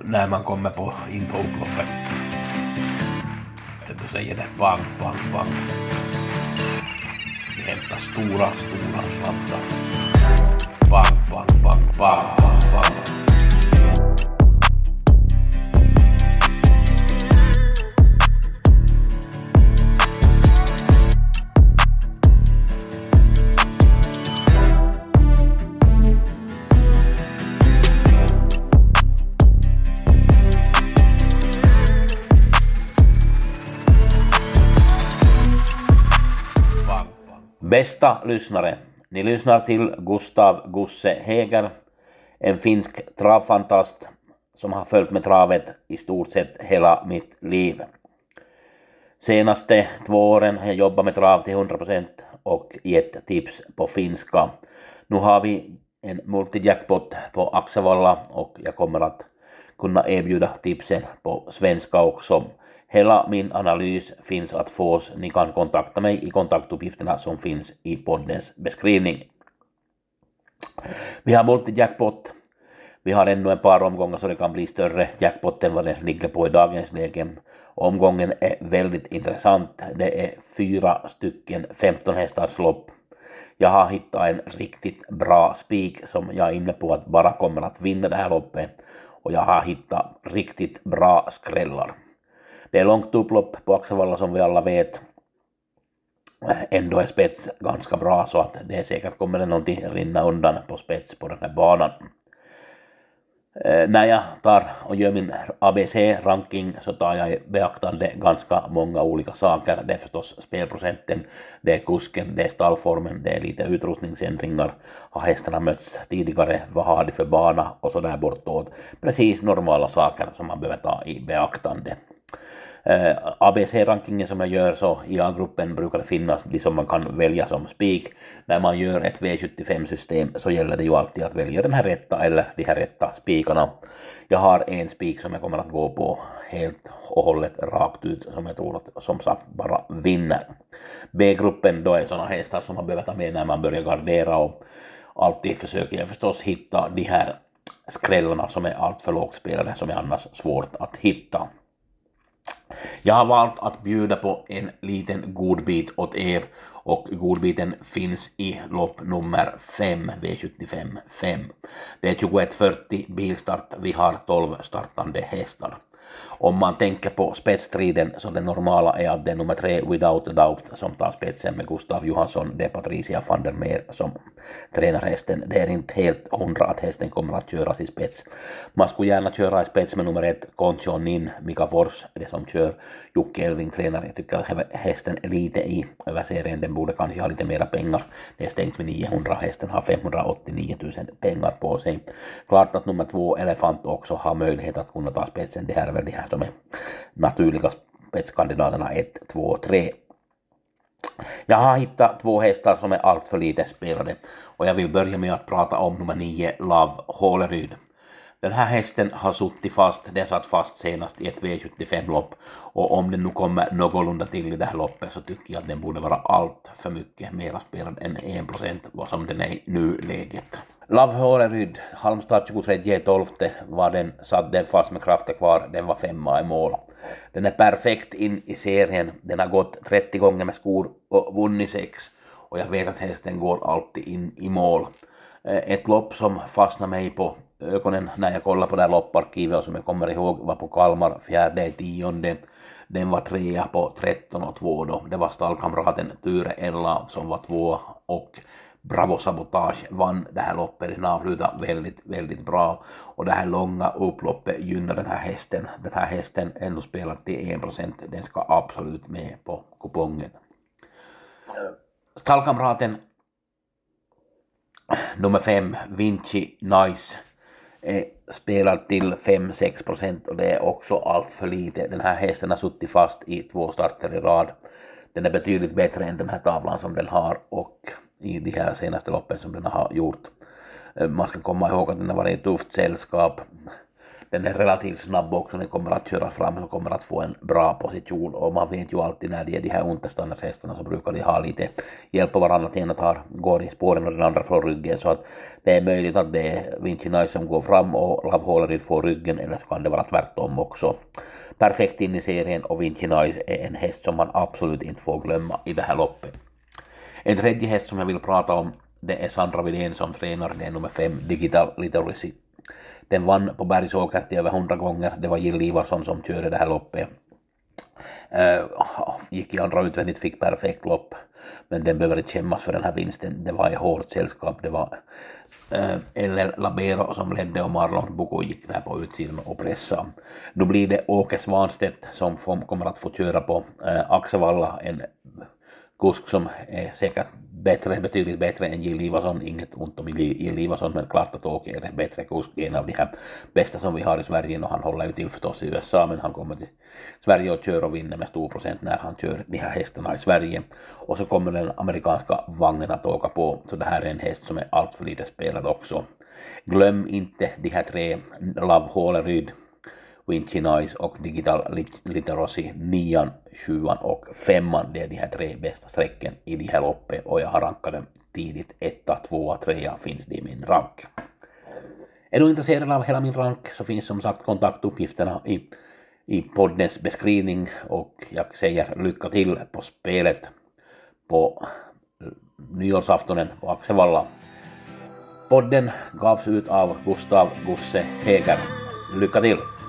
när man kommer in på upploppet. Då säger det bang, bang, bang. Vi hämtar stora slantar. Bang, bang, bang, bang, bang, bang. Bästa lyssnare, ni lyssnar till Gustav Gusse Heger, en finsk travfantast som har följt med travet i stort sett hela mitt liv. Senaste 2 åren har jag jobbat med trav till 100% och gett tips på finska. Nu har vi en multijackpot på Axevalla och jag kommer att kunna erbjuda tipsen på svenska också. Hela min analys finns att få. Ni kan kontakta mig i kontaktuppgifterna som finns i poddens beskrivning. Vi har multijackpot. Vi har ännu ett par omgångar så det kan bli större jackpot än vad det ligger på i dagens läge. Omgången är väldigt intressant. Det är 4 stycken 15 hästars lopp. Jag har hittat en riktigt bra spik som jag är inne på att bara kommer att vinna det här loppet. Och jag har hittat riktigt bra skrällar. Det är långt upplopp på Axevalla som vi alla vet. Ändå är spets ganska bra så att det säkert kommer det någonting rinna undan på spets på den här banan. När jag tar och gör min ABC-ranking så tar jag i beaktande ganska många olika saker. Det är förstås spelprocenten, det är kusken, det är stallformen, det är lite utrustningsändringar. Har hästarna mötts tidigare, vad har de för bana och så där bortåt. Precis normala saker som man behöver ta i beaktande. ABC-rankingen som jag gör så i A-gruppen brukar det finnas de som man kan välja som spik. När man gör ett V75-system så gäller det ju alltid att välja den här rätta eller de här rätta spikarna. Jag har en spik som jag kommer att gå på helt och hållet rakt ut som jag tror att som sagt bara vinner. B-gruppen då är sådana hästar som man behöver ta med när man börjar gardera och alltid försöker jag förstås hitta de här skrällarna som är allt för lågt spelade som är annars svårt att hitta. Jag har valt att bjuda på en liten godbit åt er och godbiten finns i lopp nummer 5, V75 5. Det är 2140 bilstart, vi har 12 startande hästar. Om man tänker på spetsstriden så det normala är att det är nummer 3 Without a Doubt som tar spetsen med Gustav Johansson, det är Patricia van der Meer som tränar hästen. Det är inte helt 100 att hästen kommer att köra i spets. Man skulle gärna köra i spets med nummer 1 Concho Nin, Mika Fors, det som kör. Jocke Elving tränar, jag tycker att hästen är lite i över serien, den borde kanske ha lite mera pengar. Det är stängt vid 900, hästen har 589 000 pengar på sig. Klart att nummer 2 Elefant också har möjlighet att kunna ta spetsen, det här är väl det här som är naturliga spetskandidaterna 1, 2, 3. Jag har hittat 2 hästar som är allt för lite spelade och jag vill börja med att prata om nummer 9 Love Håleryd. Den här hästen har suttit fast, den satt fast senast i ett V75-lopp och om den nu kommer någorlunda till i det här loppet så tycker jag att den borde vara allt för mycket mera spelad än 1% vad som den är i nuläget. Love Håleryd, Halmstad 23.12 var den, satt den fast med krafter kvar, den var 5 i mål. Den är perfekt in i serien, den har gått 30 gånger med skor och vunnit 6 och jag vet att hästen går alltid in i mål. Ett lopp som fastnar mig på ögonen när jag kollar på det här lopparkivet och som jag kommer ihåg var på Kalmar 4.10. Den var 3 på 13,2 då. Det var stallkamraten Ture Ella som var 2 och Bravo Sabotage vann det här loppet. Den avslutade väldigt, väldigt bra och det här långa upploppet gynnar den här hästen. Den här hästen ändå spelar till 1%. Den ska absolut med på kupongen. Stallkamraten nummer 5, Vinci Nice, spelar till 5-6% och det är också allt för lite. Den här hästen har suttit fast i 2 starter i rad. Den är betydligt bättre än den här tavlan som den har och i de här senaste loppen som den har gjort. Man ska komma ihåg att den har varit i tufft sällskap. Den är relativt snabb också, den kommer att köra fram och kommer att få en bra position, och man vet ju alltid när det är de här unterståndarshästarna så brukar de ha lite hjälp av varandra, att ena går i spåren och den andra från ryggen, så att det är möjligt att det är Vinci Nice som går fram och Love Holleryd får ryggen, eller så kan det vara tvärtom också. Perfekt in i serien, och Vinci Nice är en häst som man absolut inte får glömma i det här loppet. En tredje häst som jag vill prata om, det är Sandra Widén som tränar, det är nummer 5, Digital Literacy. Den vann på Bergsåker till över 100 gånger, det var Jill Ivarsson som körde det här loppet. Gick i andra utvändigt, fick perfekt lopp, men den behöver inte kämmas för den här vinsten. Det var ett hårt sällskap, det var eller Labero som ledde och Marlon Buko gick där på utsidan och pressade. Nu blir det Åke Svanstedt som kommer att få köra på Axevalla, en kusk som är säkert betydligt bättre än Jill Ivarsson, inget ont om Jill Ivarsson, men klart att Åke är en bättre kusk, en av de här bästa som vi har i Sverige, och han håller ju till förstås i USA, men han kommer till Sverige och kör och vinner med stor procent när han kör de här hästarna i Sverige. Och så kommer den amerikanska vagnen att åka på, så det här är en häst som är allt för lite spelad också. Glöm inte de här 3, Love Holleryd, Vinci Nice och Digital Literacy, 9, 7 och 5. Det är de här 3 bästa sträcken i de här loppet, och jag har rankat dem tidigt. 1, 2, 3 finns det i min rank. Är du intresserad av hela min rank så finns som sagt kontaktuppgifterna i poddens beskrivning, och jag säger lycka till på spelet på nyårsaftonen på Axevalla. Podden gavs ut av Gustav Gusse Häger. Lycka till!